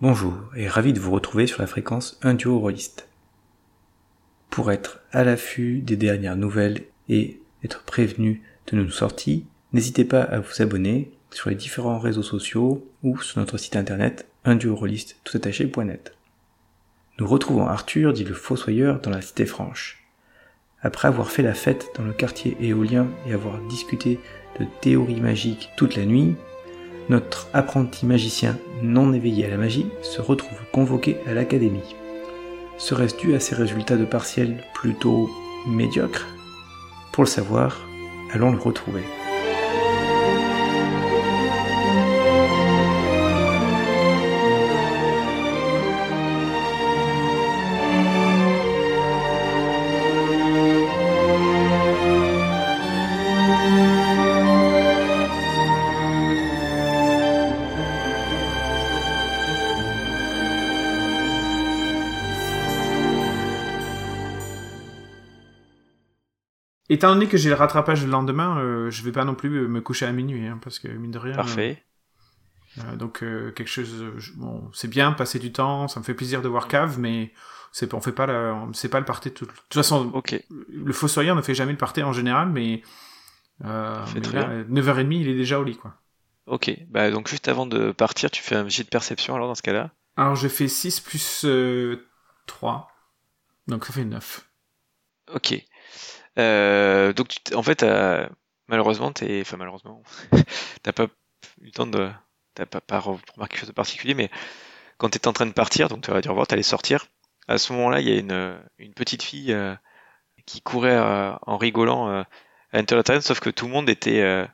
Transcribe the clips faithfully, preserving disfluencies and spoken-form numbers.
Bonjour et ravi de vous retrouver sur la fréquence Un duo rôliste. Pour être à l'affût des dernières nouvelles et être prévenu de nos sorties, n'hésitez pas à vous abonner sur les différents réseaux sociaux ou sur notre site internet un duo rôliste tout attaché point net. Nous retrouvons Arthur, dit le Fossoyeur, dans la Cité Franche. Après avoir fait la fête dans le quartier éolien et avoir discuté de théories magiques toute la nuit, notre apprenti magicien non éveillé à la magie se retrouve convoqué à l'académie. Serait-ce dû à ses résultats de partiels plutôt médiocres ? Pour le savoir, allons le retrouver. Étant donné que j'ai le rattrapage le lendemain, euh, je vais pas non plus me coucher à minuit, hein, parce que mine de rien. Parfait. Euh, euh, donc euh, quelque chose, euh, je, bon, c'est bien passer du temps, ça me fait plaisir de voir Cave, mais c'est on fait pas la, c'est pas le party tout. De toute façon, okay. Le Fossoyeur ne fait jamais le party en général, mais, euh, mais là, neuf heures trente, il est déjà au lit, quoi. Ok, bah donc juste avant de partir, tu fais un jet de perception alors dans ce cas-là. Alors je fais six plus euh, trois, donc ça fait neuf. Ok. Euh, donc tu en fait euh, malheureusement t'es enfin malheureusement t'as pas eu le temps de t'as pas, pas remarqué quelque chose de particulier, mais quand t'étais en train de partir, donc tu vas dû revoir, t'allais sortir, à ce moment-là il y a une une petite fille euh, qui courait euh, en rigolant euh, à l'intérieur de la taverne, sauf que tout le monde était euh...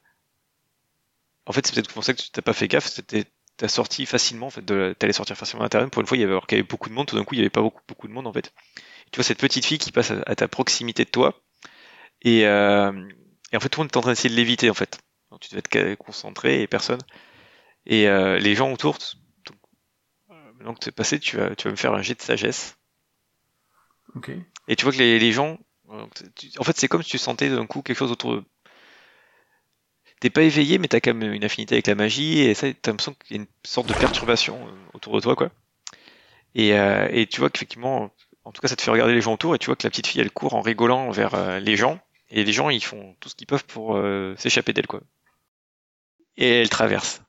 en fait c'est peut-être pour ça que tu t'as pas fait gaffe, c'était t'as sorti facilement en fait de t'allais sortir facilement de la taverne, pour une fois il y avait alors qu'il y avait beaucoup de monde, tout d'un coup il y avait pas beaucoup beaucoup de monde en fait. Et tu vois cette petite fille qui passe à, à ta proximité de toi. Et, euh, et en fait, tout le monde est en train d'essayer de l'éviter, en fait. Donc, tu devais être concentré et personne. Et euh, les gens autour, donc, maintenant que tu es passé, tu vas, tu vas me faire un jet de sagesse. Ok. Et tu vois que les, les gens, tu, en fait, c'est comme si tu sentais d'un coup quelque chose autour de. T'es pas éveillé, mais t'as quand même une affinité avec la magie, et ça, t'as l'impression qu'il y a une sorte de perturbation autour de toi, quoi. Et, euh, et tu vois qu'effectivement, en tout cas, ça te fait regarder les gens autour, et tu vois que la petite fille, elle court en rigolant vers euh, les gens. Et les gens, ils font tout ce qu'ils peuvent pour euh, s'échapper d'elle, quoi. Et elle traverse.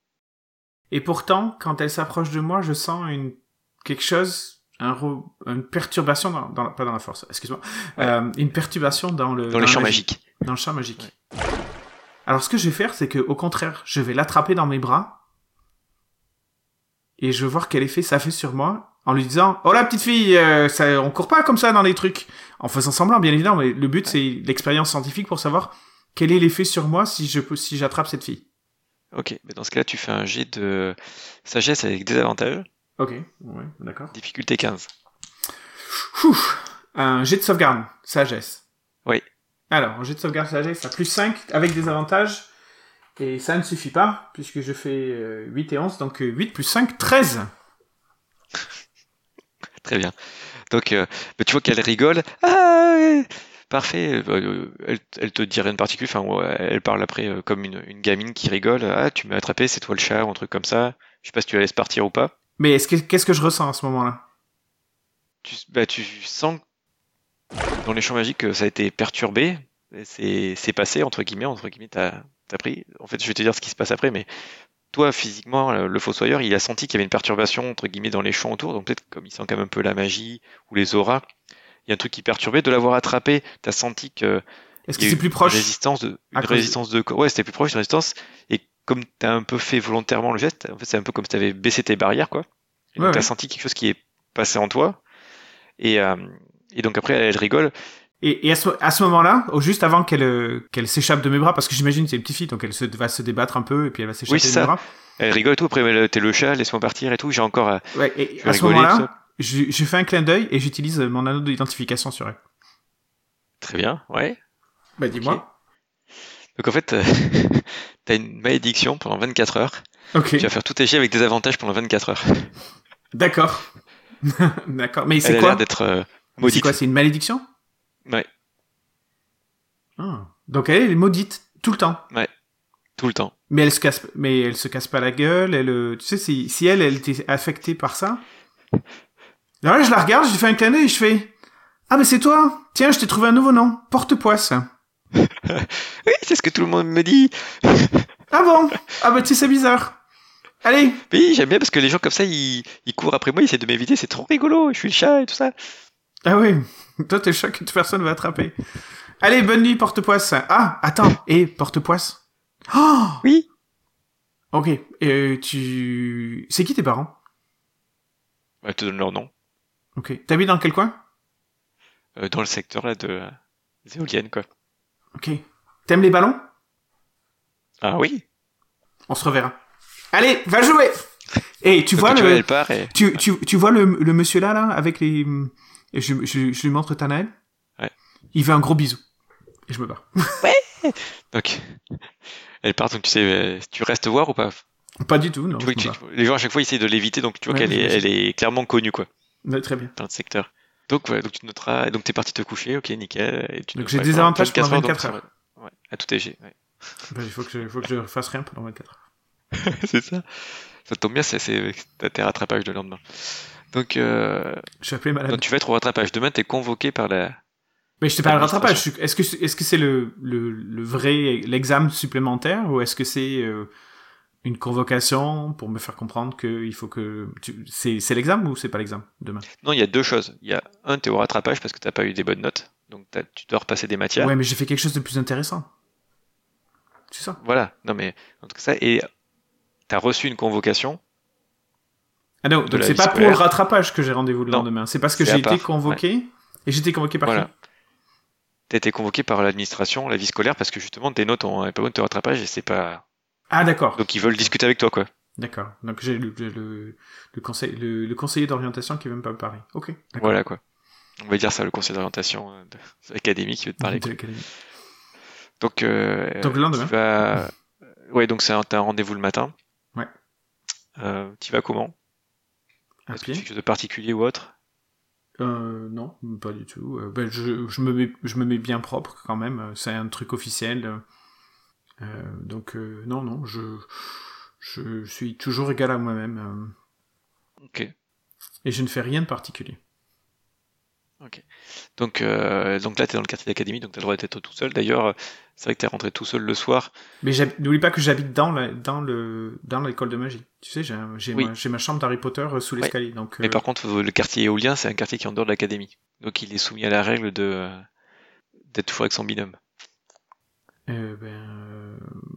Et pourtant, quand elle s'approche de moi, je sens une quelque chose, un re... une perturbation dans, dans, pas dans la force, excuse-moi, ouais. euh, une perturbation dans le dans, dans les champs magiques. Dans le champ magique. Ouais. Alors, ce que je vais faire, c'est que, au contraire, je vais l'attraper dans mes bras et je vais voir quel effet ça fait sur moi. En lui disant, oh la petite fille, euh, ça, on court pas comme ça dans les trucs. En faisant semblant, bien évidemment, mais le but, ouais. c'est l'expérience scientifique pour savoir quel est l'effet sur moi si je si j'attrape cette fille. Ok, mais dans ce cas-là, tu fais un jet de sagesse avec des avantages. Ok, ouais, d'accord. Difficulté quinze. Ouf, un jet de sauvegarde, sagesse. Oui. Alors, un jet de sauvegarde sagesse à plus cinq avec des avantages. Et ça ne suffit pas, puisque je fais euh, huit et onze, donc euh, huit plus cinq, treize. Très bien. Donc, euh, bah, tu vois qu'elle rigole. Ah, parfait. Euh, elle, elle te dit rien de particulier. Enfin, ouais, elle parle après euh, comme une, une gamine qui rigole. Ah, tu m'as attrapé, c'est toi le chat, ou un truc comme ça. Je sais pas si tu la laisses partir ou pas. Mais est-ce que, qu'est-ce que je ressens à ce moment-là ? tu, bah, tu sens dans les champs magiques que ça a été perturbé. C'est, c'est passé, entre guillemets. Entre guillemets, t'as, t'as pris. En fait, je vais te dire ce qui se passe après, mais. Toi, physiquement, le Fossoyeur, il a senti qu'il y avait une perturbation, entre guillemets, dans les champs autour, donc peut-être comme il sent quand même un peu la magie, ou les auras, il y a un truc qui perturbait, de l'avoir attrapé, t'as senti que... Est-ce que c'est plus proche ? Une résistance de... Une résistance de... Ouais, c'était plus proche, une résistance, et comme t'as un peu fait volontairement le geste, en fait, c'est un peu comme si t'avais baissé tes barrières, quoi. Et donc, ouais, t'as ouais. senti quelque chose qui est passé en toi, et, euh, et donc après, elle rigole. Et, et à, ce, à ce moment-là, au juste avant qu'elle, qu'elle s'échappe de mes bras, parce que j'imagine que c'est une petite fille, donc elle se, va se débattre un peu, et puis elle va s'échapper oui, de ça. mes bras. Elle rigole et tout, après t'es le chat, laisse-moi partir et tout, j'ai encore à, ouais, et à ce moment-là, je, je fais un clin d'œil et j'utilise mon anneau d'identification sur elle. Très bien, ouais. Bah dis-moi. Okay. Donc en fait, euh, t'as une malédiction pendant vingt-quatre heures. Ok. Tu vas faire tous tes jets avec des avantages pendant vingt-quatre heures. D'accord. D'accord, mais c'est elle quoi ? Elle a l'air d'être euh, maudite. C'est quoi, c'est une malédiction ? Ouais. Ah. Donc elle est maudite, tout le temps. Ouais, tout le temps. Mais elle se casse, mais elle se casse pas la gueule. Elle, euh, tu sais, si, si elle, elle était affectée par ça. Alors là, je la regarde, je lui fais un clin d'œil et je fais, ah, mais c'est toi. Tiens, je t'ai trouvé un nouveau nom. Porte-poisse. Oui, c'est ce que tout le monde me dit. Ah bon? Ah bah tu sais, c'est bizarre. Allez. Oui, j'aime bien parce que les gens comme ça, ils, ils courent après moi, ils essaient de m'éviter, c'est trop rigolo, je suis le chat et tout ça. Ah oui. Toi, t'es le chat que toute personne va attraper. Allez, bonne nuit, porte-poisse. Ah, attends. Et porte-poisse. Oh! Oui. Ok. Et tu... C'est qui tes parents? Ouais, je te donne leur nom. Ok. T'habites dans quel coin? Euh, dans le secteur là de euh, des éoliennes, quoi. Ok. T'aimes les ballons? Ah oui. On se reverra. Allez, va jouer! Et tu Donc, vois tu le... vois, elle part et... Tu, tu, tu vois le, le monsieur là, là, avec les... Je, je, je lui montre Tanaël. Ouais. Il veut un gros bisou. Et je me barre. Ouais. Donc, elle part, donc tu sais, euh, tu restes voir ou pas? Pas du tout, non. Tu vois je que me tu- barre. les gens à chaque fois essayent de l'éviter, donc tu vois Ouais, qu'elle est, j'imagine. elle est clairement connue, quoi, Ouais, très bien. dans le secteur. Donc, ouais, donc tu noteras, donc t'es parti te coucher, ok, nickel. Et tu Donc noteras j'ai des pendant avantages pendant heures, vingt-quatre donc heures. ça- Ouais, à tout égé, ouais. Ben, il faut que je, faut que je fasse rien pendant vingt-quatre heures. C'est ça. Ça tombe bien, c'est, c'est t'as tes rattrapages le lendemain. Donc, euh, Je suis appelé malade. donc tu vas être au rattrapage. Demain, t'es convoqué par la. Mais je sais pas le rattrapage. Administration. je suis- Est-ce que c'est- est-ce que c'est le, le, le vrai l'examen supplémentaire ou est-ce que c'est euh, une convocation pour me faire comprendre que il faut que tu... c'est c'est l'examen ou c'est pas l'examen demain? Non, il y a deux choses. Il y a un, t'es au rattrapage parce que t'as pas eu des bonnes notes, donc t'as- tu dois repasser des matières. Ouais, mais j'ai fait quelque chose de plus intéressant. C'est ça. Voilà. Non mais en tout cas ça. Et t'as reçu une convocation. Ah non, De donc la c'est vie pas pour scolaire. le rattrapage que j'ai rendez-vous le Non, lendemain. C'est parce que c'est j'ai à été part, convoqué et j'ai été convoqué par Voilà. qui? T'as été convoqué par l'administration, la vie scolaire, parce que justement tes notes ont pas bonne de rattrapage et c'est pas. Ah d'accord. Donc ils veulent discuter avec toi, quoi. D'accord. Donc j'ai le, le, le, conseil, le, le conseiller d'orientation qui veut me parler. Ok. D'accord. Voilà, quoi. On va dire ça, le conseil d'orientation euh, de de l'académie qui veut te parler, De quoi. l'académie. Donc, euh, Donc le lendemain. tu vas... Ouais, donc c'est un, t'as un rendez-vous le matin. Ouais. Euh, tu vas comment? À Est-ce que tu fais pied. quelque chose de particulier ou autre? Euh, non, pas du tout. Euh, ben, je, je, me mets, je me mets bien propre quand même. C'est un truc officiel. Euh, donc, euh, non, non, je, je suis toujours égal à moi-même. euh, Ok. et je ne fais rien de particulier. Ok. Donc, euh, donc là, t'es dans le quartier d'académie, donc t'as le droit d'être tout seul. D'ailleurs, c'est vrai que t'es rentré tout seul le soir. Mais j'hab- n'oublie pas que j'habite dans, la, dans, le, dans l'école de magie. Tu sais, j'ai, un- j'ai, Oui. ma, j'ai ma chambre d'Harry Potter euh, sous Ouais. l'escalier. Donc, Mais euh, par contre, le quartier éolien, c'est un quartier qui est en dehors de l'académie. Donc il est soumis à la règle de euh, d'être toujours avec son binôme. euh, ben, euh,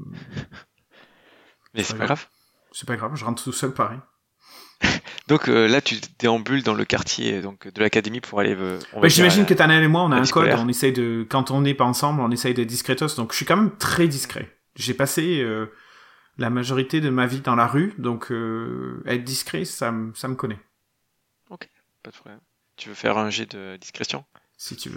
Mais C'est c'est pas pas grave. c'est pas grave, je rentre tout seul pareil. Donc euh, là, tu déambules dans le quartier donc de l'académie pour aller. euh, on va Bah, dire, j'imagine à- que Tanel et moi, on a la un vie code, scolaire. on essaye de, quand on n'est pas ensemble, on essaye d'être discretos, donc je suis quand même très discret. J'ai passé euh, la majorité de ma vie dans la rue, donc euh, être discret, ça, me- ça me connaît, Pas de problème. Tu veux faire un jet de discrétion? si tu veux.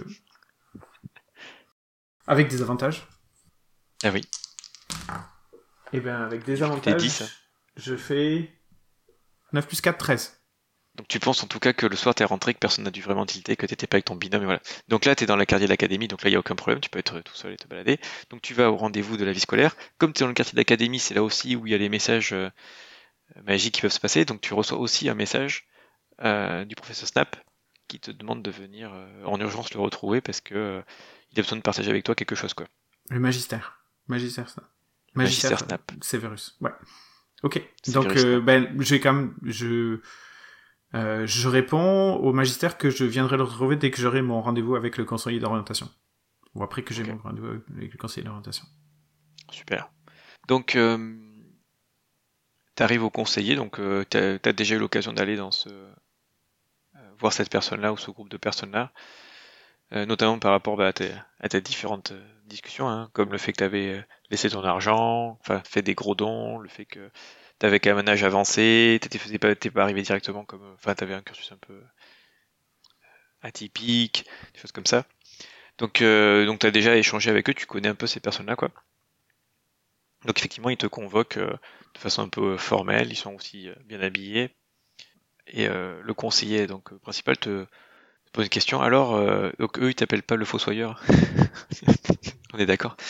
Avec des avantages. Ah oui. Eh ben, avec des T'es avantages, dix, hein. je fais neuf plus quatre, treize. Donc tu penses en tout cas que le soir t'es rentré, que personne n'a dû vraiment tilter, que t'étais pas avec ton binôme, et voilà. Donc là t'es dans la quartier de l'académie, donc là il y a aucun problème, tu peux être tout seul et te balader. Donc tu vas au rendez-vous de la vie scolaire. Comme t'es dans le quartier de l'académie, c'est là aussi où il y a les messages euh, magiques qui peuvent se passer. Donc tu reçois aussi un message euh, du professeur Snap qui te demande de venir euh, en urgence le retrouver parce que euh, il a besoin de partager avec toi quelque chose, quoi. Le magistère. Magistère, ça. Magistère Snap. Severus, ouais. Ok, Severus donc euh, Snap. ben, j'ai quand même... Je... Euh, je réponds au magistère que je viendrai le retrouver dès que j'aurai mon rendez-vous avec le conseiller d'orientation. Ou après que j'ai Ok. mon rendez-vous avec le conseiller d'orientation. Super. Donc euh, t'arrives au conseiller, donc euh, t'as, t'as déjà eu l'occasion d'aller dans ce euh, voir cette personne-là ou ce groupe de personnes-là. Euh, notamment par rapport bah, à, tes, à tes différentes euh, discussions, hein, comme le fait que tu avais laissé ton argent, enfin fait des gros dons, le fait que tu avais quand même un âge avancé, t'étais t'es pas, t'es pas arrivé directement comme, enfin tu avais un cursus un peu atypique, des choses comme ça. Donc euh, donc tu as déjà échangé avec eux, tu connais un peu ces personnes-là, quoi. Donc effectivement ils te convoquent euh, de façon un peu formelle, ils sont aussi euh, bien habillés et euh, le conseiller donc euh, principal te pose une question. Alors, euh, donc eux, ils t'appellent pas le fossoyeur. On est d'accord.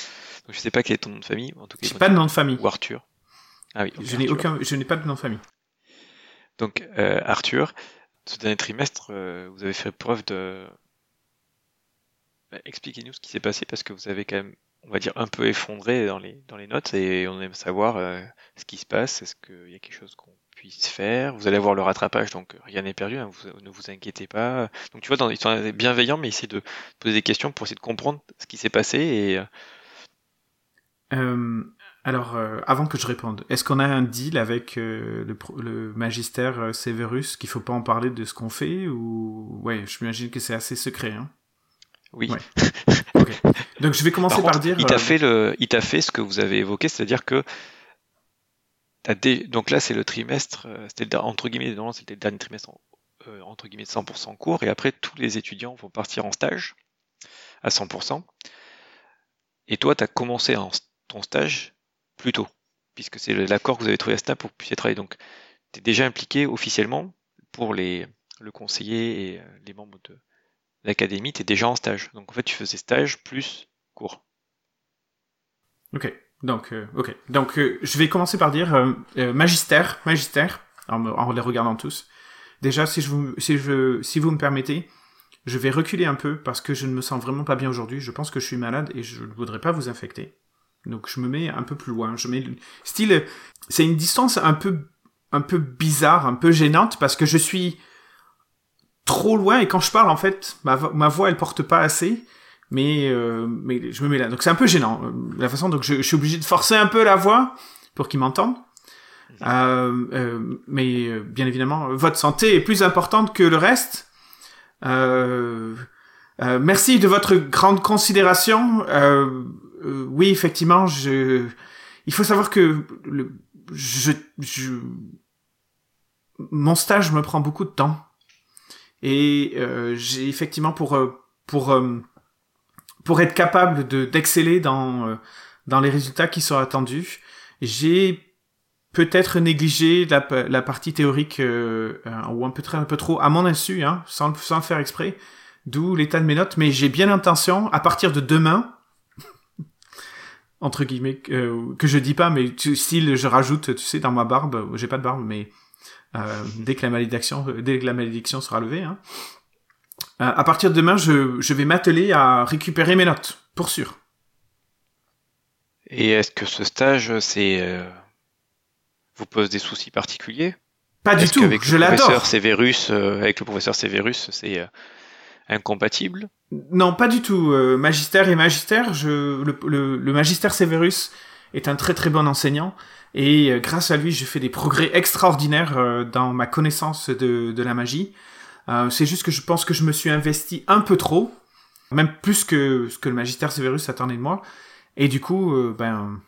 Donc, je sais pas quel est ton nom de famille, en tout cas. J'ai pas de nom de famille. Ou Arthur. Ah oui. Je n'ai aucun, je n'ai pas de nom de famille. Donc, euh, Arthur, ce dernier trimestre, euh, vous avez fait preuve de... Bah, expliquez-nous ce qui s'est passé, parce que vous avez quand même, on va dire, un peu effondré dans les, dans les notes, et on aime savoir euh, ce qui se passe, est-ce qu'il y a quelque chose qu'on puisse faire. Vous allez avoir le rattrapage, donc rien n'est perdu, hein, vous, ne vous inquiétez pas. Donc tu vois, dans, ils sont bienveillants, mais essayer de poser des questions pour essayer de comprendre ce qui s'est passé, et... Euh, alors, euh, avant que je réponde, est-ce qu'on a un deal avec euh, le, le magistère euh, Severus qu'il faut pas en parler de ce qu'on fait ou ouais, je m'imagine que c'est assez secret. Hein. Oui. Ouais. Okay. Donc je vais commencer par, par contre, dire. Il t'a euh... fait le, il t'a fait ce que vous avez évoqué, c'est-à-dire que t'as dé... donc là c'est le trimestre, c'était le, entre guillemets, non, c'était le dernier trimestre euh, entre guillemets de cent pour cent cours, et après tous les étudiants vont partir en stage à cent pour cent. Et toi, t'as commencé en ton stage plus tôt, puisque c'est l'accord que vous avez trouvé à Snap pour que vous puissiez travailler. Donc, tu es déjà impliqué officiellement pour les, le conseiller et les membres de l'académie, tu es déjà en stage. Donc, en fait, tu faisais stage plus cours. Ok, donc, euh, ok. donc euh, je vais commencer par dire euh, euh, magistère, magistère, en, me, en les regardant tous. Déjà, si, je vous, si, je, si vous me permettez, je vais reculer un peu parce que je ne me sens vraiment pas bien aujourd'hui. Je pense que je suis malade et je ne voudrais pas vous infecter. Donc je me mets un peu plus loin. Je mets style, c'est une distance un peu, un peu bizarre, un peu gênante parce que je suis trop loin et quand je parle en fait, ma, ma voix elle porte pas assez, mais euh, mais je me mets là. Donc c'est un peu gênant la façon donc je, je suis obligé de forcer un peu la voix pour qu'ils m'entendent. Euh, euh, mais euh, bien évidemment, votre santé est plus importante que le reste. Euh, euh, merci de votre grande considération. Euh, euh, oui, effectivement, je. Il faut savoir que le, je, je, mon stage me prend beaucoup de temps et euh, j'ai effectivement pour pour pour être capable de d'exceller dans dans les résultats qui sont attendus, j'ai peut-être négligé la, la partie théorique euh, ou un peu très un peu trop à mon insu, hein, sans sans le faire exprès. D'où l'état de mes notes, mais j'ai bien l'intention, à partir de demain, entre guillemets, euh, que je dis pas, mais tu, style, je rajoute, tu sais, dans ma barbe, j'ai pas de barbe, mais euh, dès que la malédiction, dès que la malédiction sera levée, hein, euh, à partir de demain, je, je vais m'atteler à récupérer mes notes, pour sûr. Et est-ce que ce stage, c'est euh, vous pose des soucis particuliers? Pas du est-ce tout, qu'avec je le l'adore. professeur Severus, euh, avec le professeur Severus, c'est euh, incompatible? Non, pas du tout. Euh, magistère et magistère, je, le, le, le magistère Severus est un très très bon enseignant et euh, grâce à lui, je fais des progrès extraordinaires euh, dans ma connaissance de, de la magie. Euh, c'est juste que je pense que je me suis investi un peu trop, même plus que ce que le magistère Severus attendait de moi. Et du coup, euh, ben,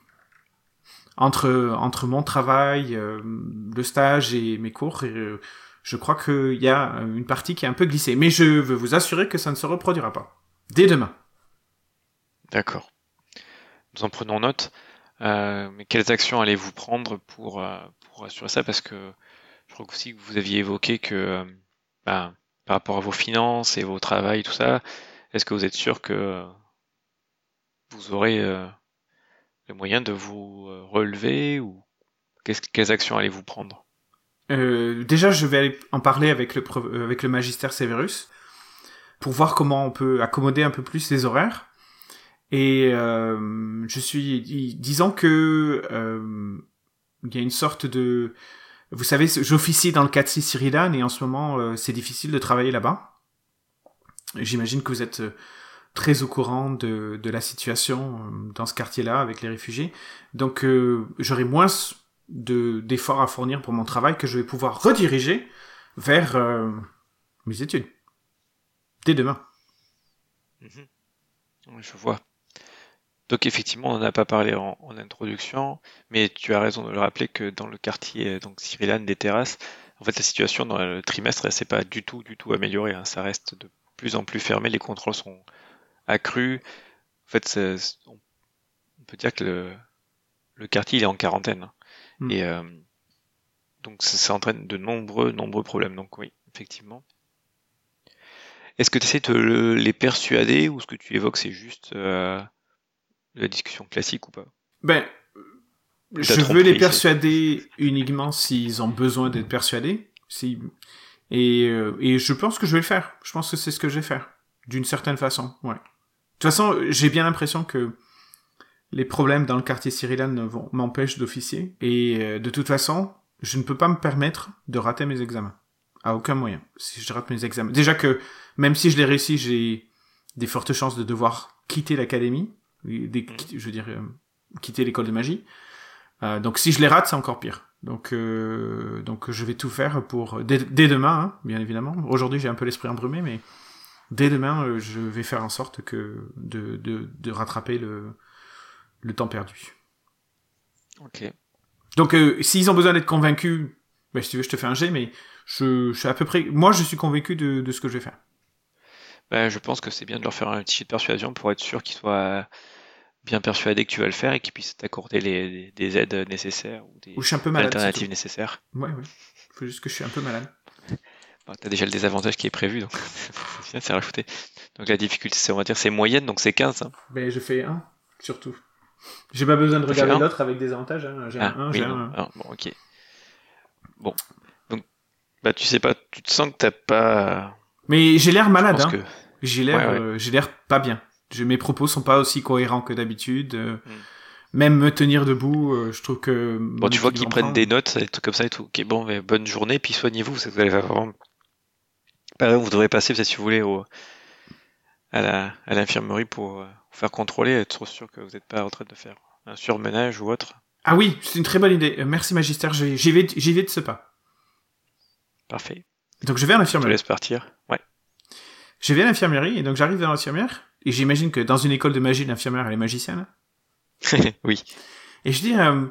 entre entre mon travail, euh, le stage et mes cours, euh, je crois qu'il y a une partie qui est un peu glissée. Mais je veux vous assurer que ça ne se reproduira pas. Dès demain. D'accord. Nous en prenons note. Euh, mais quelles actions allez-vous prendre pour, euh, pour assurer ça? Parce que je crois aussi que vous aviez évoqué que euh, ben, par rapport à vos finances et vos travail, tout ça, est-ce que vous êtes sûr que euh, vous aurez euh, le moyen de vous euh, relever ou qu'est-ce, quelles actions allez-vous prendre? Euh, déjà, je vais aller en parler avec le, avec le magistère Severus pour voir comment on peut accommoder un peu plus les horaires. Et euh, je suis, disons que euh, il y a une sorte de, vous savez, j'officie dans le quatre six Ciridan et en ce moment euh, c'est difficile de travailler là-bas. J'imagine que vous êtes très au courant de, de la situation dans ce quartier-là avec les réfugiés. Donc euh, j'aurai moins de d'efforts à fournir pour mon travail que je vais pouvoir rediriger vers euh, mes études dès demain. Mmh. Je vois. Donc effectivement, on n'en a pas parlé en, en introduction, mais tu as raison de le rappeler que dans le quartier donc Cirilan des Terrasses, en fait la situation dans le trimestre elle s'est pas du tout du tout améliorée, hein. Ça reste de plus en plus fermé, les contrôles sont accrus. En fait, c'est, on peut dire que le, le quartier il est en quarantaine. Mmh. Et euh, donc ça, ça entraîne de nombreux nombreux problèmes. Donc oui, effectivement. Est-ce que tu essaies de le, les persuader ou ce que tu évoques c'est juste euh, de la discussion classique ou pas? Ben, je veux les persuader uniquement s'ils ont besoin d'être persuadés. Si... Et, euh, et je pense que je vais le faire. Je pense que c'est ce que je vais faire. D'une certaine façon, ouais. De toute façon, j'ai bien l'impression que les problèmes dans le quartier Cyrillane vont, m'empêchent d'officier. Et euh, de toute façon, je ne peux pas me permettre de rater mes examens. À aucun moyen. Si je rate mes examens. Déjà que, même si je les réussis, j'ai des fortes chances de devoir quitter l'académie. Des, je veux dire, euh, quitter l'école de magie. Euh, donc si je les rate, c'est encore pire. Donc, euh, donc je vais tout faire pour... Dès, dès demain, hein, bien évidemment. Aujourd'hui, j'ai un peu l'esprit embrumé, mais dès demain, euh, je vais faire en sorte que de, de, de rattraper le, le temps perdu. Ok. Donc, euh, s'ils ont besoin d'être convaincus, ben, si tu veux, je te fais un G, mais je, je suis à peu près... Moi, je suis convaincu de, de ce que je vais faire. Ben, je pense que c'est bien de leur faire un petit jet de persuasion pour être sûr qu'ils soient bien persuadés que tu vas le faire et qu'ils puissent t'accorder les, des aides nécessaires ou des ou je suis un peu malade, alternatives nécessaires. Ouais, ouais. Faut juste que je suis un peu malade. Bon, t'as déjà le désavantage qui est prévu, donc c'est bien, c'est rajouté. Donc la difficulté, c'est, on va dire, c'est moyenne, donc c'est quinze. Hein. Ben, je fais un, surtout. J'ai pas besoin de T'as regarder l'autre avec des avantages. Hein. J'ai ah, un un, oui, j'ai non. un. Ah, bon, ok. Bon, donc, bah tu sais pas, tu te sens que t'as pas... Mais j'ai l'air malade, hein. Que... J'ai l'air, ouais, ouais. Euh, j'ai l'air pas bien. Je, mes propos sont pas aussi cohérents que d'habitude. Euh, mm. Même me tenir debout, euh, je trouve que... Bon, tu vois qu'ils prennent des notes, des trucs comme ça et tout. Ok, bon, mais bonne journée, puis soignez-vous, parce que vous allez vraiment... Par exemple, vous devrez passer, peut-être si vous voulez, au... à, la... à l'infirmerie pour euh, vous faire contrôler, être trop sûr que vous n'êtes pas en train de faire un surmenage ou autre. Ah oui, c'est une très bonne idée. Euh, merci, Magister, j'y, j'y, vais, j'y vais de ce pas. Parfait. Donc je vais à l'infirmerie. Je te laisse partir. Ouais. Je vais à l'infirmerie, et donc j'arrive dans l'infirmière, et j'imagine que dans une école de magie, l'infirmière, elle est magicienne. Oui. Et je dis, euh,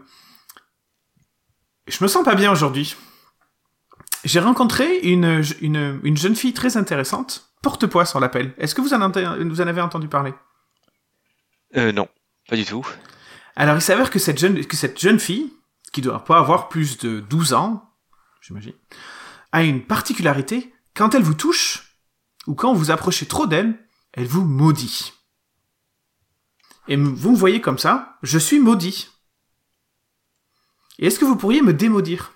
je me sens pas bien aujourd'hui. J'ai rencontré une, une, une jeune fille très intéressante, Porte-Poisse on l'appelle. Est-ce que vous en, vous en avez entendu parler? Euh, non, pas du tout. Alors il s'avère que cette jeune, que cette jeune fille, qui doit pas avoir plus de douze ans, j'imagine, a une particularité, quand elle vous touche, ou quand vous approchez trop d'elle, elle vous maudit. Et vous me voyez comme ça, je suis maudit. Et est-ce que vous pourriez me démaudire?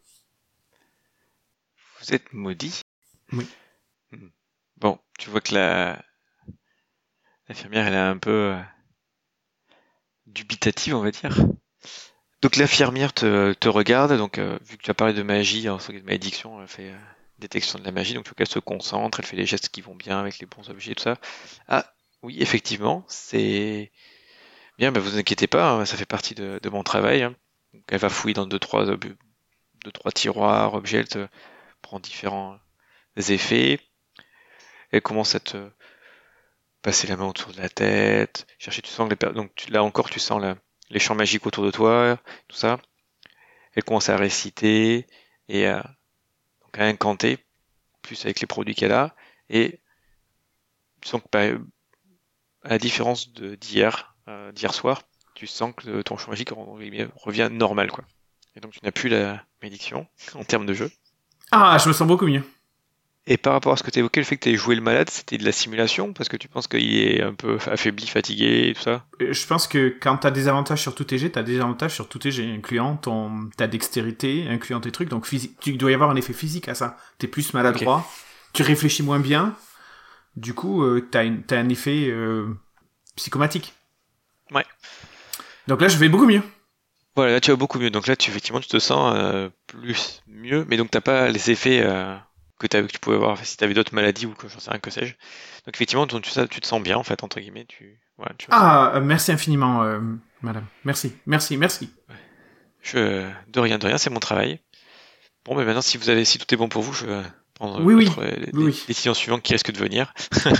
Vous êtes maudit? Oui. Bon, tu vois que la l'infirmière, elle est un peu dubitative, on va dire. Donc l'infirmière te, te regarde, donc euh, vu que tu as parlé de magie, en de malédiction, elle fait euh, détection de la magie, donc tu vois qu'elle se concentre, elle fait les gestes qui vont bien avec les bons objets et tout ça. Ah, oui, effectivement, c'est... Bien, ben vous inquiétez pas, hein, ça fait partie de, de mon travail. Hein. Donc, elle va fouiller dans deux trois, deux, trois tiroirs, objets, elle te prend différents effets. Elle commence à te passer la main autour de la tête, chercher, tu sens que les, donc tu, là encore tu sens la, les champs magiques autour de toi, tout ça. Elle commence à réciter et à, donc à incanter, plus avec les produits qu'elle a, et tu sens que bah, à la différence de, d'hier, euh, d'hier soir, tu sens que ton champ magique revient normal, quoi. Et donc tu n'as plus la malédiction en termes de jeu. Ah, je me sens beaucoup mieux. Et par rapport à ce que tu évoquais, le fait que tu aies joué le malade, c'était de la simulation, parce que tu penses qu'il est un peu affaibli, fatigué et tout ça? Je pense que quand t'as des avantages sur tous tes jets, t'as des avantages sur tous tes jets, incluant ton, ta dextérité, incluant tes trucs, donc physique, tu dois y avoir un effet physique à ça. T'es plus maladroit, okay. Tu réfléchis moins bien, du coup, euh, t'as, une, t'as un effet euh, psychomatique. Ouais. Donc là, je vais beaucoup mieux. Voilà, là tu vas beaucoup mieux, donc là tu, effectivement tu te sens euh, plus mieux, mais donc t'as pas les effets... Euh... que, que tu pouvais avoir si tu avais d'autres maladies ou que j'en sais rien, que sais-je. Donc effectivement, tu, tu, tu te sens bien en fait, entre guillemets. Tu, voilà, tu ah, euh, merci infiniment, euh, madame. Merci, merci, merci. Je, de rien, de rien, c'est mon travail. Bon, mais maintenant, si vous avez, si tout est bon pour vous, je vais prendre oui, votre, oui, les, oui, les oui. décisions suivantes qui risquent de venir.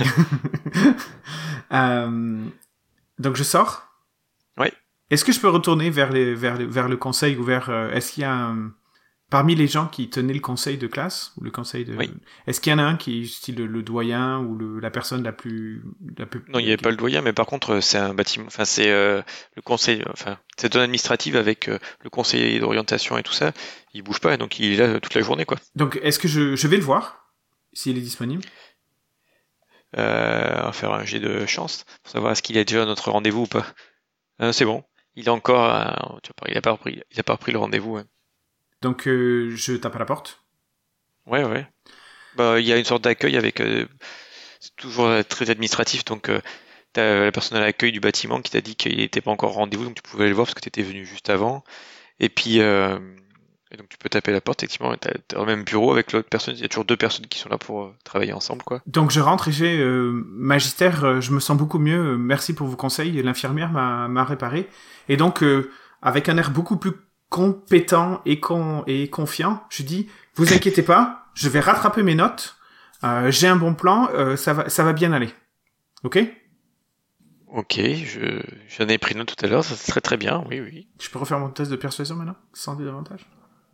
euh, donc je sors. Oui. Est-ce que je peux retourner vers, les, vers, les, vers le conseil ou vers... Euh, est-ce qu'il y a un... Parmi les gens qui tenaient le conseil de classe, ou le conseil de... Oui. Est-ce qu'il y en a un qui est style le, le doyen, ou le, la personne la plus... La plus... Non, il n'y avait pas le doyen, mais par contre, c'est un bâtiment... Enfin, c'est euh, le conseil... Enfin, cette zone administrative avec euh, le conseiller d'orientation et tout ça, il bouge pas, donc il est là toute la journée, quoi. Donc, est-ce que je, je vais le voir, s'il est disponible? Euh, on va faire un jet de chance, pour savoir est-ce qu'il est déjà à notre rendez-vous ou pas. Euh, c'est bon. Il est encore, à- tu vois, il a pas repris, il a pas repris le rendez-vous. Ouais, Donc, euh, je tape à la porte. ouais. ouais. Bah, il y a une sorte d'accueil avec, euh, c'est toujours euh, très administratif, donc euh, t'as la personne à l'accueil du bâtiment qui t'a dit qu'il n'était pas encore au rendez-vous, donc tu pouvais le voir parce que tu étais venu juste avant. Et puis, euh, et donc tu peux taper à la porte, effectivement, t'as, t'as le même bureau avec l'autre personne. Il y a toujours deux personnes qui sont là pour euh, travailler ensemble, quoi. Donc, je rentre et j'ai euh, magistère, euh, je me sens beaucoup mieux. euh, Merci pour vos conseils. L'infirmière m'a, m'a réparé. Et donc, euh, avec un air beaucoup plus compétent et, con, et confiant, je dis, vous inquiétez pas, je vais rattraper mes notes. Euh, j'ai un bon plan, euh, ça va, ça va bien aller. Ok? Ok, je, j'en ai pris note tout à l'heure, ça serait très bien, oui, oui. Je peux refaire mon test de persuasion maintenant, sans désavantage.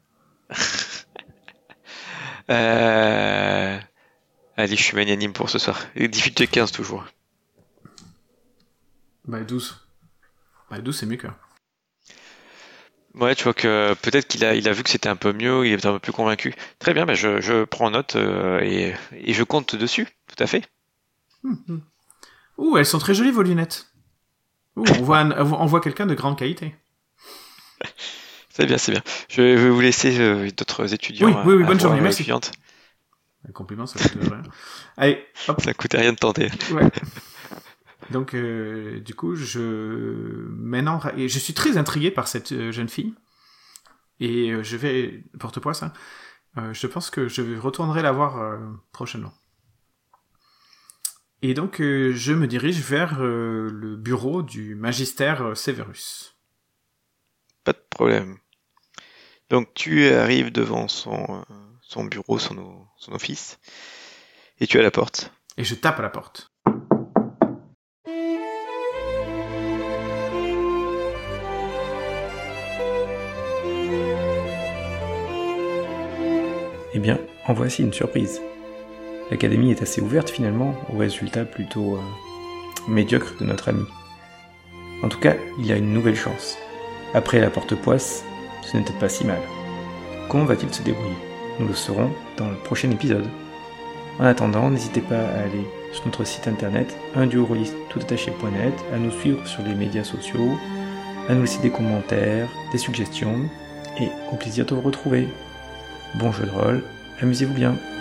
Euh... Allez, je suis magnanime pour ce soir. Et difficulté quinze toujours. Bah, douze. Bah, douze, c'est mieux que. Ouais, tu vois que peut-être qu'il a, il a vu que c'était un peu mieux, il est un peu plus convaincu. Très bien, bah je, je prends note euh, et, et je compte dessus, tout à fait. Hum, hum. Ouh, elles sont très jolies, vos lunettes. Ouh, on voit, un- on voit quelqu'un de grande qualité. C'est bien, c'est bien. Je vais vous laisser euh, d'autres étudiants. Oui, oui, oui, à bonne voir, journée, euh, merci. étudiantes. Un compliment, ça coûte rien. Allez, hop. Ça coûtait rien de tenter. Ouais. Donc, euh, du coup, je maintenant, et je suis très intrigué par cette euh, jeune fille, et euh, je vais porte-poisse. Hein. Euh, je pense que je retournerai la voir euh, prochainement. Et donc, euh, je me dirige vers euh, le bureau du magistère euh, Severus. Pas de problème. Donc tu arrives devant son, euh, son bureau, son, o- son office, et tu as la porte. Et je tape à la porte. Eh bien, en voici une surprise. L'académie est assez ouverte finalement aux résultats plutôt euh, médiocres de notre ami. En tout cas, il a une nouvelle chance. Après la porte-poisse, ce n'était pas si mal. Comment va-t-il se débrouiller? Nous le saurons dans le prochain épisode. En attendant, n'hésitez pas à aller sur notre site internet un duo rôliste tout attaché point net, à nous suivre sur les médias sociaux, à nous laisser des commentaires, des suggestions, et au plaisir de vous retrouver. Bon jeu de rôle, amusez-vous bien.